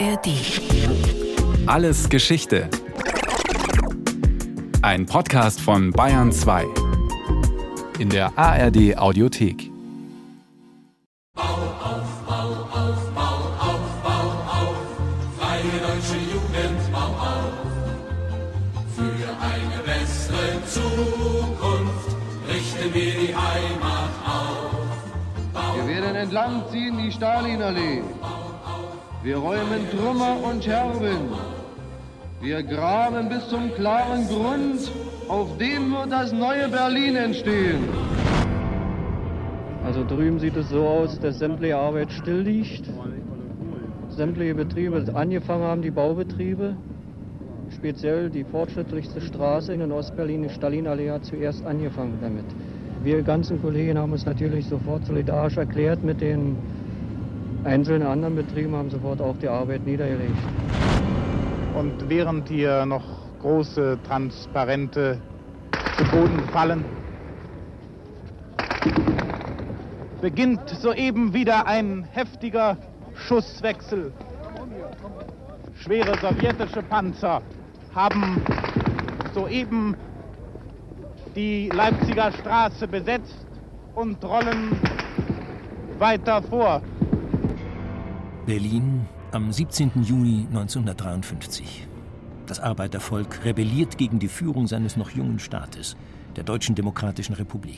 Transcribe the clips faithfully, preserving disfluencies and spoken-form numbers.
R D. Alles Geschichte. Ein Podcast von Bayern zwei. In der A R D Audiothek. Bau auf, bau auf, bau auf, bau auf. Freie deutsche Jugend, bau auf. Für eine bessere Zukunft richten wir die Heimat auf. Bau wir werden entlang ziehen die Stalinallee. Wir räumen Trümmer und Scherben. Wir graben bis zum klaren Grund, auf dem wird das neue Berlin entstehen. Also drüben sieht es so aus, dass sämtliche Arbeit still liegt. Sämtliche Betriebe angefangen haben, die Baubetriebe. Speziell die fortschrittlichste Straße in Ostberlin, die Stalinallee, hat zuerst angefangen damit. Wir ganzen Kollegen haben uns natürlich sofort solidarisch erklärt mit den einzelnen anderen Betrieben, haben sofort auch die Arbeit niedergelegt. Und während hier noch große Transparente zu Boden fallen, beginnt soeben wieder ein heftiger Schusswechsel. Schwere sowjetische Panzer haben soeben die Leipziger Straße besetzt und rollen weiter vor. Berlin am siebzehnten Juni neunzehnhundertdreiundfünfzig. Das Arbeitervolk rebelliert gegen die Führung seines noch jungen Staates, der Deutschen Demokratischen Republik.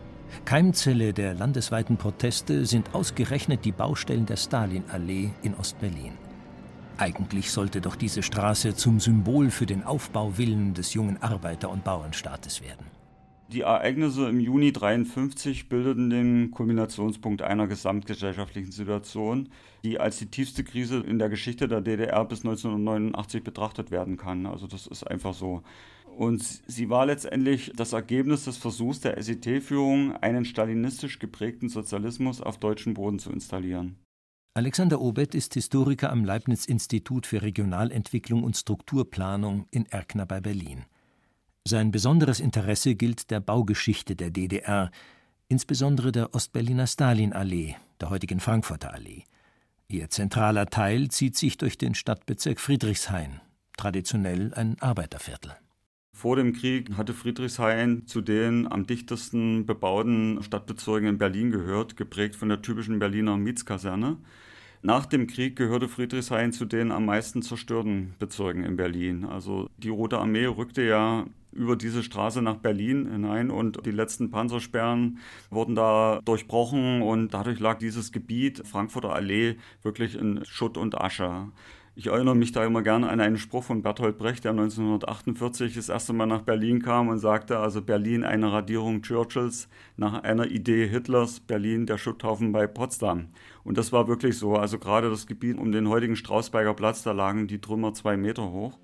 Keimzelle der landesweiten Proteste sind ausgerechnet die Baustellen der Stalinallee in Ostberlin. Eigentlich sollte doch diese Straße zum Symbol für den Aufbauwillen des jungen Arbeiter- und Bauernstaates werden. Die Ereignisse im Juni neunzehnhundertdreiundfünfzig bildeten den Kulminationspunkt einer gesamtgesellschaftlichen Situation, die als die tiefste Krise in der Geschichte der D D R bis neunzehnhundertneunundachtzig betrachtet werden kann. Also das ist einfach so. Und sie war letztendlich das Ergebnis des Versuchs der S E T-Führung, einen stalinistisch geprägten Sozialismus auf deutschem Boden zu installieren. Alexander Obed ist Historiker am Leibniz-Institut für Regionalentwicklung und Strukturplanung in Erkner bei Berlin. Sein besonderes Interesse gilt der Baugeschichte der D D R, insbesondere der Ostberliner Stalinallee, der heutigen Frankfurter Allee. Ihr zentraler Teil zieht sich durch den Stadtbezirk Friedrichshain, traditionell ein Arbeiterviertel. Vor dem Krieg hatte Friedrichshain zu den am dichtesten bebauten Stadtbezirken in Berlin gehört, geprägt von der typischen Berliner Mietskaserne. Nach dem Krieg gehörte Friedrichshain zu den am meisten zerstörten Bezirken in Berlin. Also die Rote Armee rückte ja über diese Straße nach Berlin hinein und die letzten Panzersperren wurden da durchbrochen und dadurch lag dieses Gebiet, Frankfurter Allee, wirklich in Schutt und Asche. Ich erinnere mich da immer gerne an einen Spruch von Bertolt Brecht, der neunzehnhundertachtundvierzig das erste Mal nach Berlin kam und sagte, also Berlin eine Radierung Churchills nach einer Idee Hitlers, Berlin der Schutthaufen bei Potsdam. Und das war wirklich so, also gerade das Gebiet um den heutigen Strausberger Platz, da lagen die Trümmer zwei Meter hoch.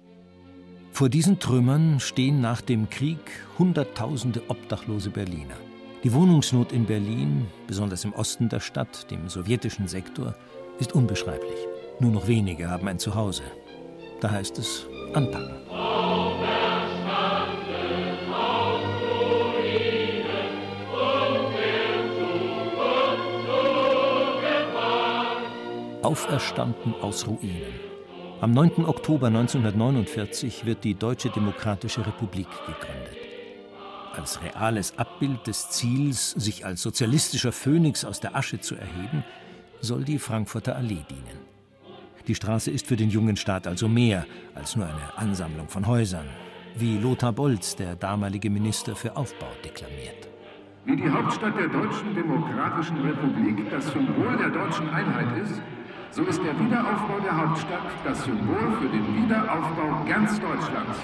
Vor diesen Trümmern stehen nach dem Krieg Hunderttausende obdachlose Berliner. Die Wohnungsnot in Berlin, besonders im Osten der Stadt, dem sowjetischen Sektor, ist unbeschreiblich. Nur noch wenige haben ein Zuhause. Da heißt es anpacken. Auferstanden aus Ruinen. Am neunten Oktober neunzehnhundertneunundvierzig wird die Deutsche Demokratische Republik gegründet. Als reales Abbild des Ziels, sich als sozialistischer Phönix aus der Asche zu erheben, soll die Frankfurter Allee dienen. Die Straße ist für den jungen Staat also mehr als nur eine Ansammlung von Häusern, wie Lothar Bolz, der damalige Minister für Aufbau, deklamiert. Wie die Hauptstadt der Deutschen Demokratischen Republik das Symbol der deutschen Einheit ist, so ist der Wiederaufbau der Hauptstadt das Symbol für den Wiederaufbau ganz Deutschlands.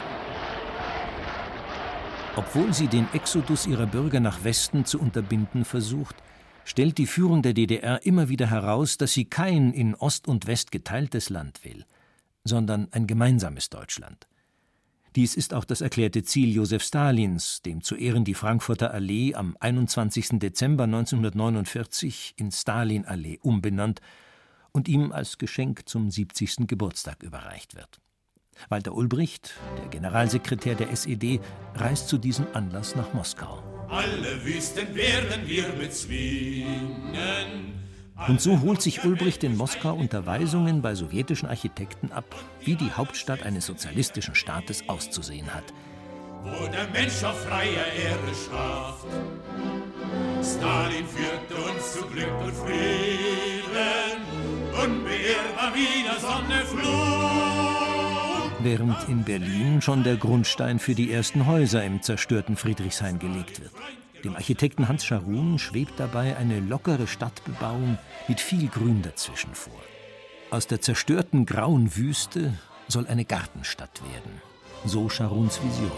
Obwohl sie den Exodus ihrer Bürger nach Westen zu unterbinden versucht, stellt die Führung der D D R immer wieder heraus, dass sie kein in Ost und West geteiltes Land will, sondern ein gemeinsames Deutschland. Dies ist auch das erklärte Ziel Josef Stalins, dem zu Ehren die Frankfurter Allee am einundzwanzigsten Dezember neunzehnhundertneunundvierzig in Stalinallee umbenannt und ihm als Geschenk zum siebzigsten Geburtstag überreicht wird. Walter Ulbricht, der Generalsekretär der S E D, reist zu diesem Anlass nach Moskau. Alle Wüsten werden wir bezwingen, Und so holt sich Ulbricht in Moskau Unterweisungen bei sowjetischen Architekten ab, wie die Hauptstadt eines sozialistischen Staates auszusehen hat. Wo der Mensch auf freier Erde schlaft. Stalin führt uns zu Glück und Frieden, unbeirrbar wie der Sonne Flug. Während in Berlin schon der Grundstein für die ersten Häuser im zerstörten Friedrichshain gelegt wird. Dem Architekten Hans Scharoun schwebt dabei eine lockere Stadtbebauung mit viel Grün dazwischen vor. Aus der zerstörten grauen Wüste soll eine Gartenstadt werden. So Scharouns Vision.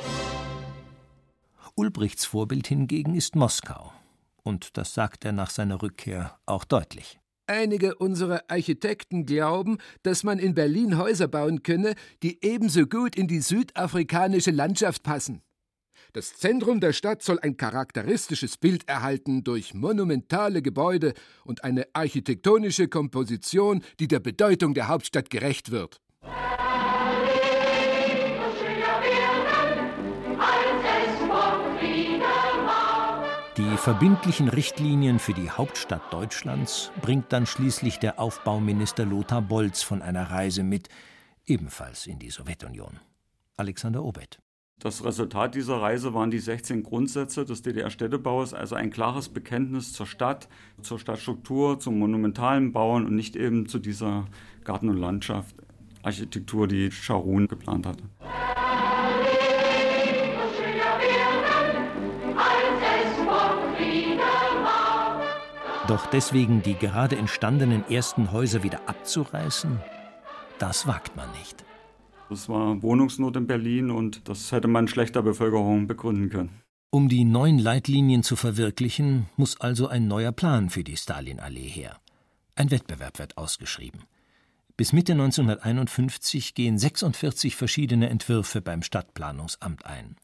Ulbrichts Vorbild hingegen ist Moskau. Und das sagt er nach seiner Rückkehr auch deutlich. Einige unserer Architekten glauben, dass man in Berlin Häuser bauen könne, die ebenso gut in die südafrikanische Landschaft passen. Das Zentrum der Stadt soll ein charakteristisches Bild erhalten durch monumentale Gebäude und eine architektonische Komposition, die der Bedeutung der Hauptstadt gerecht wird. Die verbindlichen Richtlinien für die Hauptstadt Deutschlands bringt dann schließlich der Aufbauminister Lothar Bolz von einer Reise mit, ebenfalls in die Sowjetunion. Alexander Obed. Das Resultat dieser Reise waren die sechzehn Grundsätze des D D R-Städtebaus, also ein klares Bekenntnis zur Stadt, zur Stadtstruktur, zum monumentalen Bauen und nicht eben zu dieser Garten- und Landschaftsarchitektur, die Scharoun geplant hatte. Doch deswegen die gerade entstandenen ersten Häuser wieder abzureißen, das wagt man nicht. Es war Wohnungsnot in Berlin und das hätte man schlechter Bevölkerung begründen können. Um die neuen Leitlinien zu verwirklichen, muss also ein neuer Plan für die Stalinallee her. Ein Wettbewerb wird ausgeschrieben. Bis Mitte neunzehnhunderteinundfünfzig gehen sechsundvierzig verschiedene Entwürfe beim Stadtplanungsamt ein.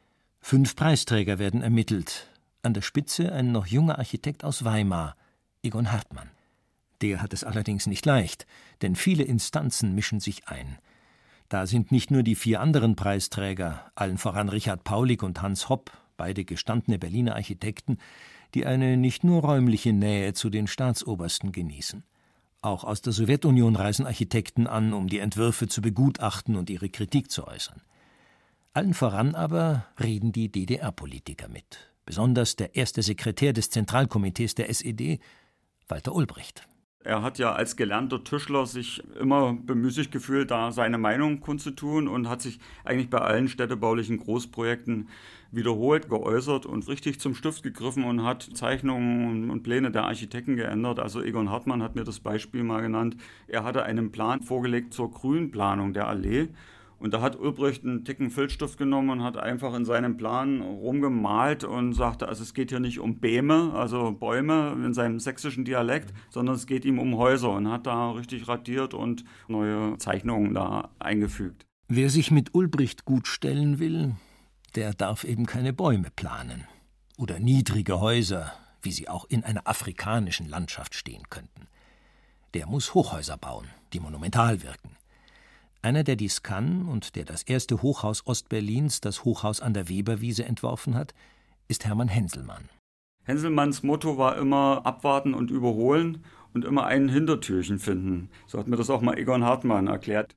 Fünf Preisträger werden ermittelt. An der Spitze ein noch junger Architekt aus Weimar, Egon Hartmann. Der hat es allerdings nicht leicht, denn viele Instanzen mischen sich ein. Da sind nicht nur die vier anderen Preisträger, allen voran Richard Paulik und Hans Hopp, beide gestandene Berliner Architekten, die eine nicht nur räumliche Nähe zu den Staatsobersten genießen. Auch aus der Sowjetunion reisen Architekten an, um die Entwürfe zu begutachten und ihre Kritik zu äußern. Allen voran aber reden die D D R-Politiker mit, besonders der erste Sekretär des Zentralkomitees der S E D, Walter Ulbricht. Er hat ja als gelernter Tischler sich immer bemüßigt gefühlt, da seine Meinung kundzutun und hat sich eigentlich bei allen städtebaulichen Großprojekten wiederholt geäußert und richtig zum Stift gegriffen und hat Zeichnungen und Pläne der Architekten geändert. Also Egon Hartmann hat mir das Beispiel mal genannt. Er hatte einen Plan vorgelegt zur Grünplanung der Allee. Und da hat Ulbricht einen dicken Filzstift genommen und hat einfach in seinem Plan rumgemalt und sagte, also es geht hier nicht um Bäume, also Bäume in seinem sächsischen Dialekt, sondern es geht ihm um Häuser und hat da richtig radiert und neue Zeichnungen da eingefügt. Wer sich mit Ulbricht gut stellen will, der darf eben keine Bäume planen oder niedrige Häuser, wie sie auch in einer afrikanischen Landschaft stehen könnten. Der muss Hochhäuser bauen, die monumental wirken. Einer, der dies kann und der das erste Hochhaus Ostberlins, das Hochhaus an der Weberwiese, entworfen hat, ist Hermann Henselmann. Henselmanns Motto war immer abwarten und überholen und immer ein Hintertürchen finden. So hat mir das auch mal Egon Hartmann erklärt.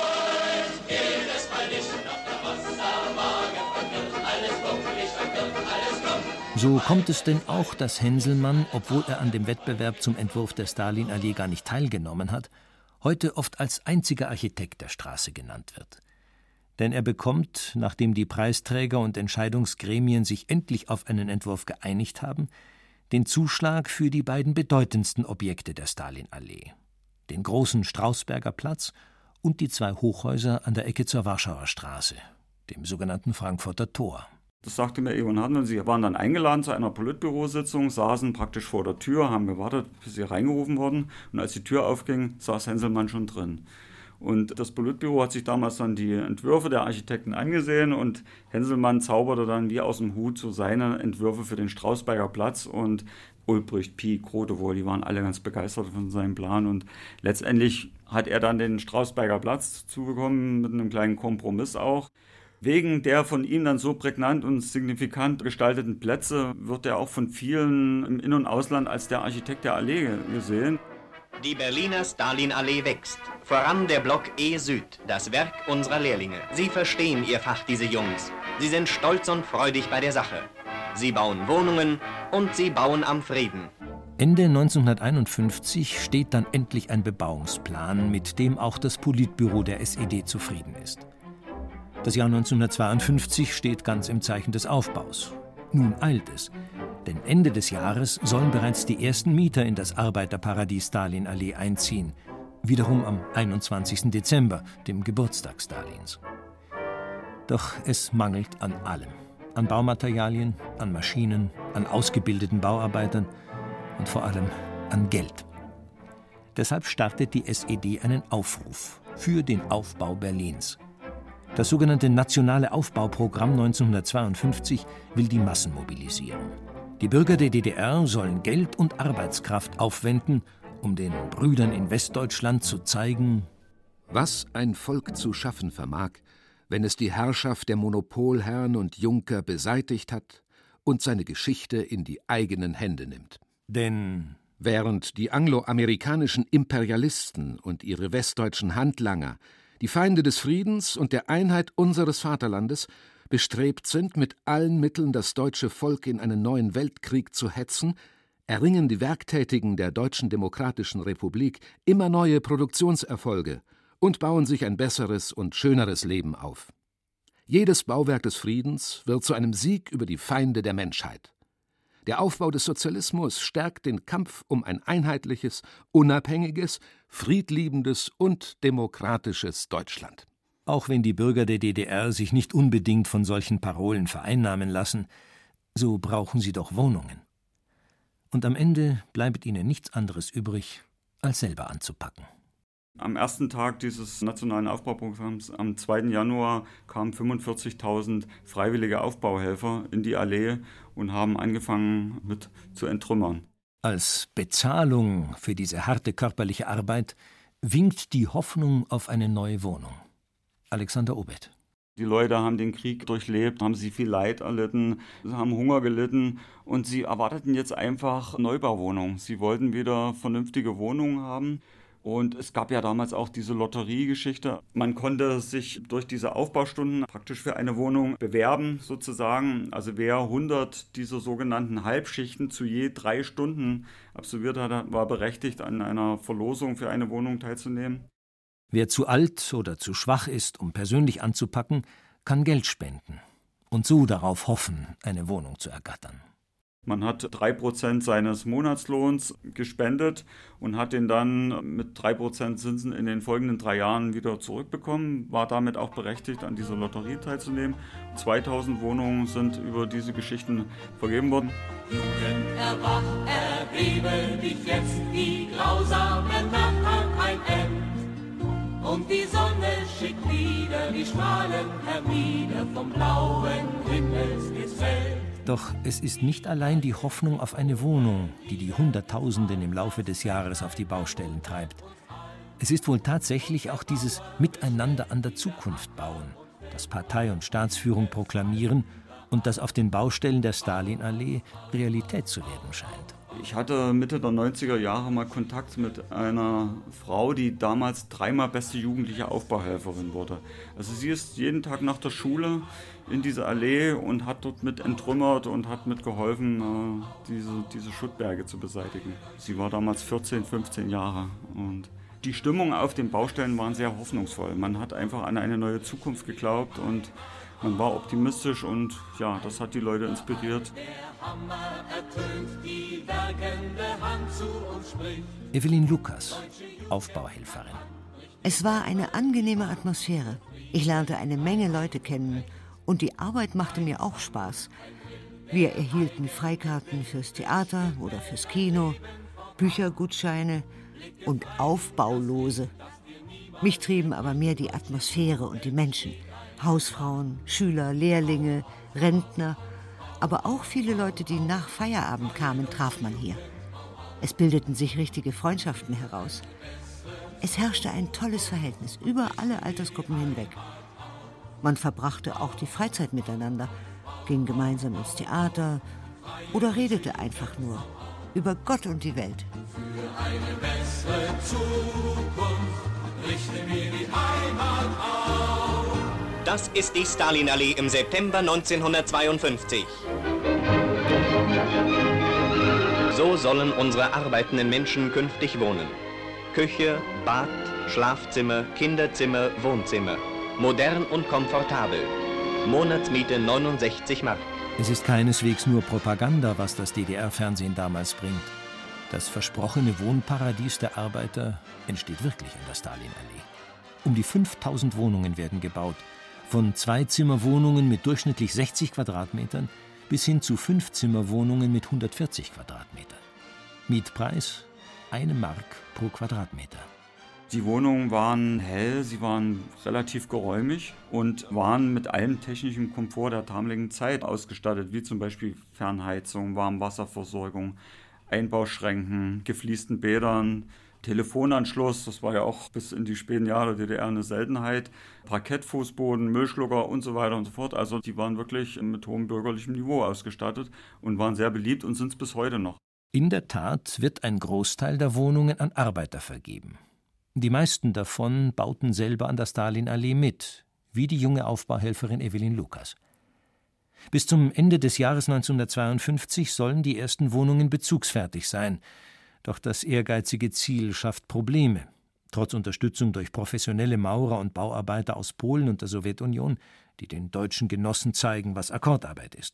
So kommt es denn auch, dass Henselmann, obwohl er an dem Wettbewerb zum Entwurf der Stalinallee gar nicht teilgenommen hat, heute oft als einziger Architekt der Straße genannt wird. Denn er bekommt, nachdem die Preisträger und Entscheidungsgremien sich endlich auf einen Entwurf geeinigt haben, den Zuschlag für die beiden bedeutendsten Objekte der Stalinallee: den großen Strausberger Platz und die zwei Hochhäuser an der Ecke zur Warschauer Straße, dem sogenannten Frankfurter Tor. Das sagte mir Egon Hartmann. Sie waren dann eingeladen zu einer Politbürositzung, saßen praktisch vor der Tür, haben gewartet, bis sie reingerufen wurden. Und als die Tür aufging, saß Henselmann schon drin. Und das Politbüro hat sich damals dann die Entwürfe der Architekten angesehen und Henselmann zauberte dann wie aus dem Hut so seine Entwürfe für den Strausberger Platz und Ulbricht, Pieck, Grotewohl, die waren alle ganz begeistert von seinem Plan und letztendlich hat er dann den Strausberger Platz zubekommen mit einem kleinen Kompromiss auch. Wegen der von ihm dann so prägnant und signifikant gestalteten Plätze wird er auch von vielen im In- und Ausland als der Architekt der Allee gesehen. Die Berliner Stalinallee wächst. Voran der Block E Süd, das Werk unserer Lehrlinge. Sie verstehen ihr Fach, diese Jungs. Sie sind stolz und freudig bei der Sache. Sie bauen Wohnungen und sie bauen am Frieden. Ende neunzehnhunderteinundfünfzig steht dann endlich ein Bebauungsplan, mit dem auch das Politbüro der S E D zufrieden ist. Das Jahr neunzehnhundertzweiundfünfzig steht ganz im Zeichen des Aufbaus. Nun eilt es, denn Ende des Jahres sollen bereits die ersten Mieter in das Arbeiterparadies Stalinallee einziehen, wiederum am einundzwanzigsten Dezember, dem Geburtstag Stalins. Doch es mangelt an allem. An Baumaterialien, an Maschinen, an ausgebildeten Bauarbeitern und vor allem an Geld. Deshalb startet die S E D einen Aufruf für den Aufbau Berlins. Das sogenannte Nationale Aufbauprogramm neunzehnhundertzweiundfünfzig will die Massen mobilisieren. Die Bürger der D D R sollen Geld und Arbeitskraft aufwenden, um den Brüdern in Westdeutschland zu zeigen, was ein Volk zu schaffen vermag, wenn es die Herrschaft der Monopolherren und Junker beseitigt hat und seine Geschichte in die eigenen Hände nimmt. Denn während die angloamerikanischen Imperialisten und ihre westdeutschen Handlanger, die Feinde des Friedens und der Einheit unseres Vaterlandes, bestrebt sind, mit allen Mitteln das deutsche Volk in einen neuen Weltkrieg zu hetzen, erringen die Werktätigen der Deutschen Demokratischen Republik immer neue Produktionserfolge und bauen sich ein besseres und schöneres Leben auf. Jedes Bauwerk des Friedens wird zu einem Sieg über die Feinde der Menschheit. Der Aufbau des Sozialismus stärkt den Kampf um ein einheitliches, unabhängiges, friedliebendes und demokratisches Deutschland. Auch wenn die Bürger der D D R sich nicht unbedingt von solchen Parolen vereinnahmen lassen, so brauchen sie doch Wohnungen. Und am Ende bleibt ihnen nichts anderes übrig, als selber anzupacken. Am ersten Tag dieses nationalen Aufbauprogramms, am zweiten Januar, kamen fünfundvierzigtausend freiwillige Aufbauhelfer in die Allee und haben angefangen mit zu enttrümmern. Als Bezahlung für diese harte körperliche Arbeit winkt die Hoffnung auf eine neue Wohnung. Alexander Obeth. Die Leute haben den Krieg durchlebt, haben sie viel Leid erlitten, haben Hunger gelitten und sie erwarteten jetzt einfach Neubauwohnungen. Sie wollten wieder vernünftige Wohnungen haben. Und es gab ja damals auch diese Lotteriegeschichte. Man konnte sich durch diese Aufbaustunden praktisch für eine Wohnung bewerben, sozusagen. Also wer hundert dieser sogenannten Halbschichten zu je drei Stunden absolviert hat, war berechtigt, an einer Verlosung für eine Wohnung teilzunehmen. Wer zu alt oder zu schwach ist, um persönlich anzupacken, kann Geld spenden und so darauf hoffen, eine Wohnung zu ergattern. Man hat drei Prozent seines Monatslohns gespendet und hat den dann mit drei Prozent Zinsen in den folgenden drei Jahren wieder zurückbekommen, war damit auch berechtigt, an dieser Lotterie teilzunehmen. zweitausend Wohnungen sind über diese Geschichten vergeben worden. Jugend, erwach, erhebe dich jetzt, die grausame Nacht hat ein End. Und die Sonne schickt wieder die Strahlen hernieder vom blauen Himmelsgezelt. Doch es ist nicht allein die Hoffnung auf eine Wohnung, die die Hunderttausenden im Laufe des Jahres auf die Baustellen treibt. Es ist wohl tatsächlich auch dieses Miteinander an der Zukunft bauen, das Partei und Staatsführung proklamieren und das auf den Baustellen der Stalinallee Realität zu werden scheint. Ich hatte Mitte der neunziger Jahre mal Kontakt mit einer Frau, die damals dreimal beste jugendliche Aufbauhelferin wurde. Also sie ist jeden Tag nach der Schule in diese Allee und hat dort mit enttrümmert und hat mitgeholfen, diese, diese Schuttberge zu beseitigen. Sie war damals vierzehn, fünfzehn Jahre und die Stimmung auf den Baustellen waren sehr hoffnungsvoll. Man hat einfach an eine neue Zukunft geglaubt und man war optimistisch und ja, das hat die Leute inspiriert. Evelyn Lukas, Aufbauhelferin. Es war eine angenehme Atmosphäre. Ich lernte eine Menge Leute kennen und die Arbeit machte mir auch Spaß. Wir erhielten Freikarten fürs Theater oder fürs Kino, Büchergutscheine und Aufbaulose. Mich trieben aber mehr die Atmosphäre und die Menschen. Hausfrauen, Schüler, Lehrlinge, Rentner, aber auch viele Leute, die nach Feierabend kamen, traf man hier. Es bildeten sich richtige Freundschaften heraus. Es herrschte ein tolles Verhältnis über alle Altersgruppen hinweg. Man verbrachte auch die Freizeit miteinander, ging gemeinsam ins Theater oder redete einfach nur über Gott und die Welt. Für eine bessere Zukunft richten wir die Heimat auf. Das ist die Stalinallee im September neunzehnhundertzweiundfünfzig. So sollen unsere arbeitenden Menschen künftig wohnen. Küche, Bad, Schlafzimmer, Kinderzimmer, Wohnzimmer. Modern und komfortabel. Monatsmiete neunundsechzig Mark. Es ist keineswegs nur Propaganda, was das D D R-Fernsehen damals bringt. Das versprochene Wohnparadies der Arbeiter entsteht wirklich in der Stalinallee. Um die fünftausend Wohnungen werden gebaut. Von Zweizimmerwohnungen mit durchschnittlich sechzig Quadratmetern bis hin zu Fünfzimmerwohnungen mit hundertvierzig Quadratmetern. Mietpreis eine Mark pro Quadratmeter. Die Wohnungen waren hell, sie waren relativ geräumig und waren mit allem technischen Komfort der damaligen Zeit ausgestattet, wie zum Beispiel Fernheizung, Warmwasserversorgung, Einbauschränken, gefliesten Bädern, Telefonanschluss, das war ja auch bis in die späten Jahre der D D R eine Seltenheit, Parkettfußboden, Müllschlucker und so weiter und so fort. Also die waren wirklich mit hohem bürgerlichem Niveau ausgestattet und waren sehr beliebt und sind es bis heute noch. In der Tat wird ein Großteil der Wohnungen an Arbeiter vergeben. Die meisten davon bauten selber an der Stalinallee mit, wie die junge Aufbauhelferin Evelyn Lukas. Bis zum Ende des Jahres neunzehnhundertzweiundfünfzig sollen die ersten Wohnungen bezugsfertig sein. Doch das ehrgeizige Ziel schafft Probleme. Trotz Unterstützung durch professionelle Maurer und Bauarbeiter aus Polen und der Sowjetunion, die den deutschen Genossen zeigen, was Akkordarbeit ist.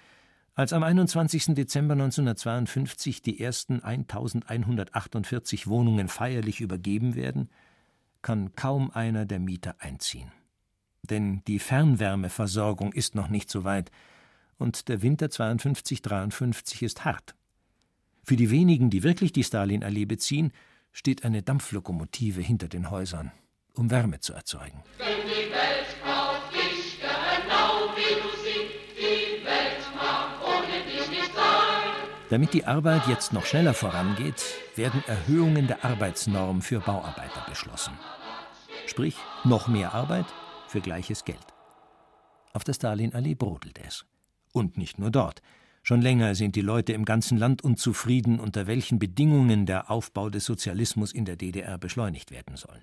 Als am einundzwanzigsten Dezember neunzehnhundertzweiundfünfzig die ersten eintausendeinhundertachtundvierzig Wohnungen feierlich übergeben werden, kann kaum einer der Mieter einziehen. Denn die Fernwärmeversorgung ist noch nicht so weit und der Winter zweiundfünfzig dreiundfünfzig ist hart. Für die wenigen, die wirklich die Stalinallee beziehen, steht eine Dampflokomotive hinter den Häusern, um Wärme zu erzeugen. Denn die Welt braucht dich genau wie du sie, die Welt mag ohne dich nicht sein. Damit die Arbeit jetzt noch schneller vorangeht, werden Erhöhungen der Arbeitsnorm für Bauarbeiter beschlossen. Sprich, noch mehr Arbeit für gleiches Geld. Auf der Stalinallee brodelt es. Und nicht nur dort. Schon länger sind die Leute im ganzen Land unzufrieden, unter welchen Bedingungen der Aufbau des Sozialismus in der D D R beschleunigt werden soll.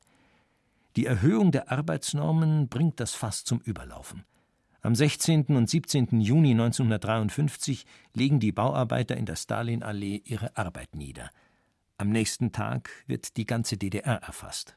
Die Erhöhung der Arbeitsnormen bringt das Fass zum Überlaufen. Am sechzehnten und siebzehnten Juni neunzehnhundertdreiundfünfzig legen die Bauarbeiter in der Stalinallee ihre Arbeit nieder. Am nächsten Tag wird die ganze D D R erfasst.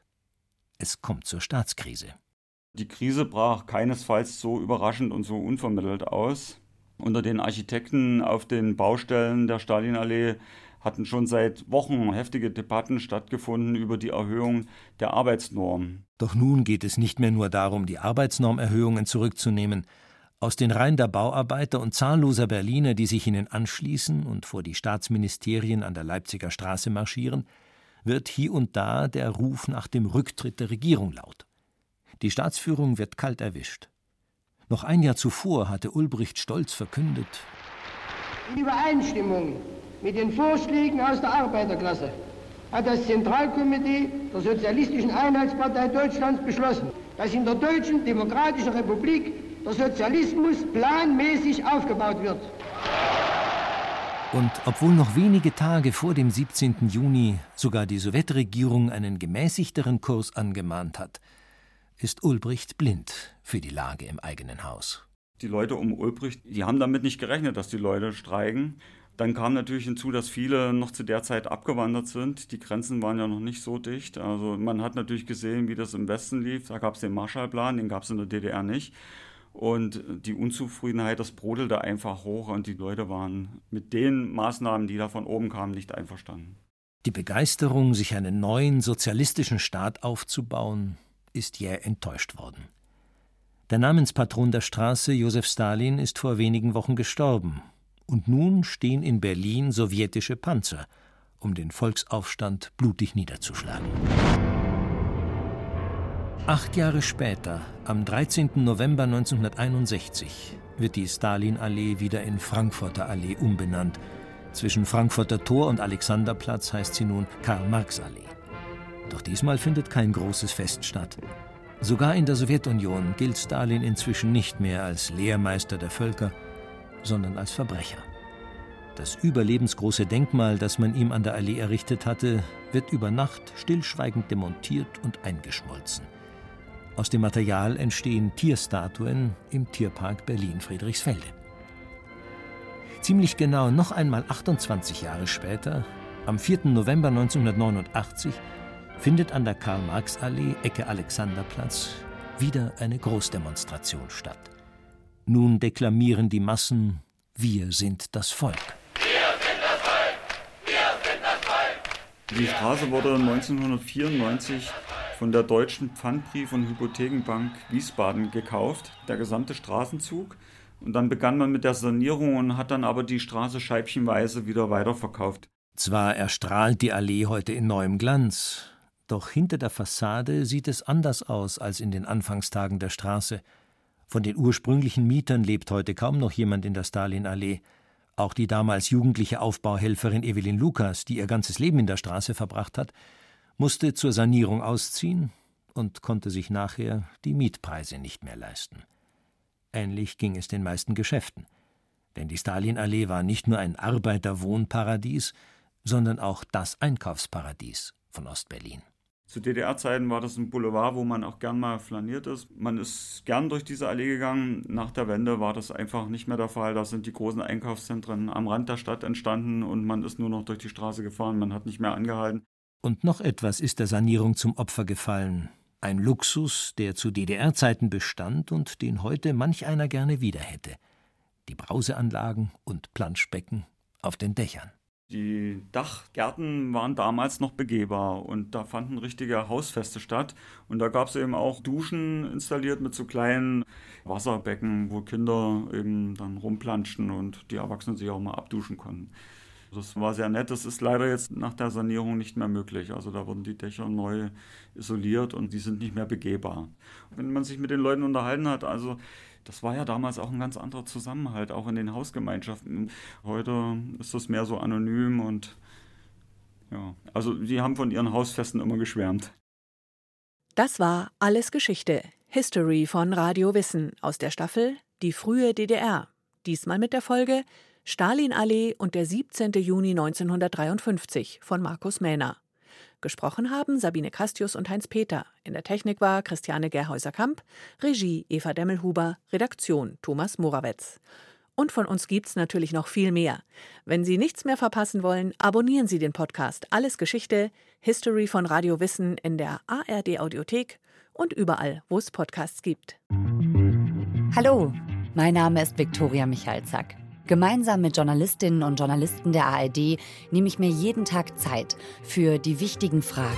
Es kommt zur Staatskrise. Die Krise brach keinesfalls so überraschend und so unvermittelt aus. Unter den Architekten auf den Baustellen der Stalinallee hatten schon seit Wochen heftige Debatten stattgefunden über die Erhöhung der Arbeitsnorm. Doch nun geht es nicht mehr nur darum, die Arbeitsnormerhöhungen zurückzunehmen. Aus den Reihen der Bauarbeiter und zahlloser Berliner, die sich ihnen anschließen und vor die Staatsministerien an der Leipziger Straße marschieren, wird hier und da der Ruf nach dem Rücktritt der Regierung laut. Die Staatsführung wird kalt erwischt. Noch ein Jahr zuvor hatte Ulbricht stolz verkündet: In Übereinstimmung mit den Vorschlägen aus der Arbeiterklasse hat das Zentralkomitee der Sozialistischen Einheitspartei Deutschlands beschlossen, dass in der Deutschen Demokratischen Republik der Sozialismus planmäßig aufgebaut wird. Und obwohl noch wenige Tage vor dem siebzehnten Juni sogar die Sowjetregierung einen gemäßigteren Kurs angemahnt hat, ist Ulbricht blind für die Lage im eigenen Haus. Die Leute um Ulbricht, die haben damit nicht gerechnet, dass die Leute streiken. Dann kam natürlich hinzu, dass viele noch zu der Zeit abgewandert sind. Die Grenzen waren ja noch nicht so dicht. Also man hat natürlich gesehen, wie das im Westen lief. Da gab es den Marshallplan, den gab es in der D D R nicht. Und die Unzufriedenheit, das brodelte einfach hoch und die Leute waren mit den Maßnahmen, die da von oben kamen, nicht einverstanden. Die Begeisterung, sich einen neuen sozialistischen Staat aufzubauen, ist jäh enttäuscht worden. Der Namenspatron der Straße, Josef Stalin, ist vor wenigen Wochen gestorben. Und nun stehen in Berlin sowjetische Panzer, um den Volksaufstand blutig niederzuschlagen. Acht Jahre später, am dreizehnten November neunzehnhunderteinundsechzig, wird die Stalinallee wieder in Frankfurter Allee umbenannt. Zwischen Frankfurter Tor und Alexanderplatz heißt sie nun Karl-Marx-Allee. Doch diesmal findet kein großes Fest statt. Sogar in der Sowjetunion gilt Stalin inzwischen nicht mehr als Lehrmeister der Völker, sondern als Verbrecher. Das überlebensgroße Denkmal, das man ihm an der Allee errichtet hatte, wird über Nacht stillschweigend demontiert und eingeschmolzen. Aus dem Material entstehen Tierstatuen im Tierpark Berlin-Friedrichsfelde. Ziemlich genau noch einmal achtundzwanzig Jahre später, am vierten November neunzehnhundertneunundachtzig, findet an der Karl-Marx-Allee, Ecke Alexanderplatz, wieder eine Großdemonstration statt. Nun deklamieren die Massen: Wir sind das Volk. Die Straße wurde neunzehnhundertvierundneunzig von der Deutschen Pfandbrief- und Hypothekenbank Wiesbaden gekauft, der gesamte Straßenzug. Und dann begann man mit der Sanierung und hat dann aber die Straße scheibchenweise wieder weiterverkauft. Zwar erstrahlt die Allee heute in neuem Glanz, doch hinter der Fassade sieht es anders aus als in den Anfangstagen der Straße. Von den ursprünglichen Mietern lebt heute kaum noch jemand in der Stalinallee. Auch die damals jugendliche Aufbauhelferin Evelyn Lukas, die ihr ganzes Leben in der Straße verbracht hat, musste zur Sanierung ausziehen und konnte sich nachher die Mietpreise nicht mehr leisten. Ähnlich ging es den meisten Geschäften. Denn die Stalinallee war nicht nur ein Arbeiterwohnparadies, sondern auch das Einkaufsparadies von Ostberlin. Zu D D R-Zeiten war das ein Boulevard, wo man auch gern mal flaniert ist. Man ist gern durch diese Allee gegangen. Nach der Wende war das einfach nicht mehr der Fall. Da sind die großen Einkaufszentren am Rand der Stadt entstanden und man ist nur noch durch die Straße gefahren. Man hat nicht mehr angehalten. Und noch etwas ist der Sanierung zum Opfer gefallen. Ein Luxus, der zu D D R-Zeiten bestand und den heute manch einer gerne wieder hätte. Die Brauseanlagen und Planschbecken auf den Dächern. Die Dachgärten waren damals noch begehbar und da fanden richtige Hausfeste statt. Und da gab es eben auch Duschen installiert mit so kleinen Wasserbecken, wo Kinder eben dann rumplanschten und die Erwachsenen sich auch mal abduschen konnten. Das war sehr nett. Das ist leider jetzt nach der Sanierung nicht mehr möglich. Also da wurden die Dächer neu isoliert und die sind nicht mehr begehbar. Wenn man sich mit den Leuten unterhalten hat, also das war ja damals auch ein ganz anderer Zusammenhalt, auch in den Hausgemeinschaften. Heute ist das mehr so anonym und ja, also die haben von ihren Hausfesten immer geschwärmt. Das war Alles Geschichte, History von Radio Wissen aus der Staffel Die frühe D D R. Diesmal mit der Folge Stalinallee und der siebzehnten Juni neunzehnhundertdreiundfünfzig von Markus Mähner. Gesprochen haben Sabine Castius und Heinz Peter. In der Technik war Christiane Gerhäuser-Kamp, Regie Eva Demmelhuber, Redaktion Thomas Morawetz. Und von uns gibt's natürlich noch viel mehr. Wenn Sie nichts mehr verpassen wollen, abonnieren Sie den Podcast Alles Geschichte, History von Radio Wissen in der A R D-Audiothek und überall, wo es Podcasts gibt. Hallo, mein Name ist Viktoria Michalzack. Gemeinsam mit Journalistinnen und Journalisten der A R D nehme ich mir jeden Tag Zeit für die wichtigen Fragen.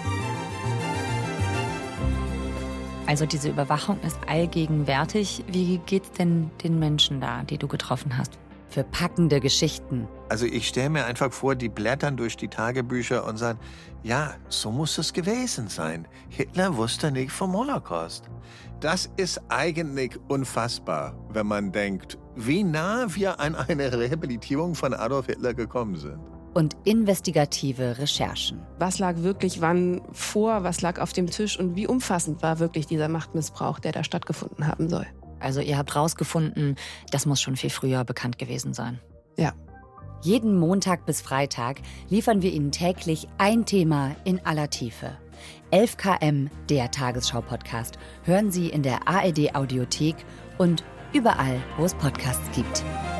Also diese Überwachung ist allgegenwärtig. Wie geht's denn den Menschen da, die du getroffen hast? Für packende Geschichten. Also ich stelle mir einfach vor, die blättern durch die Tagebücher und sagen, ja, so muss es gewesen sein. Hitler wusste nicht vom Holocaust. Das ist eigentlich unfassbar, wenn man denkt, wie nah wir an eine Rehabilitierung von Adolf Hitler gekommen sind. Und investigative Recherchen. Was lag wirklich wann vor, was lag auf dem Tisch und wie umfassend war wirklich dieser Machtmissbrauch, der da stattgefunden haben soll. Also ihr habt rausgefunden, das muss schon viel früher bekannt gewesen sein. Ja. Jeden Montag bis Freitag liefern wir Ihnen täglich ein Thema in aller Tiefe. elf K M, der Tagesschau-Podcast, hören Sie in der A R D-Audiothek und überall, wo es Podcasts gibt.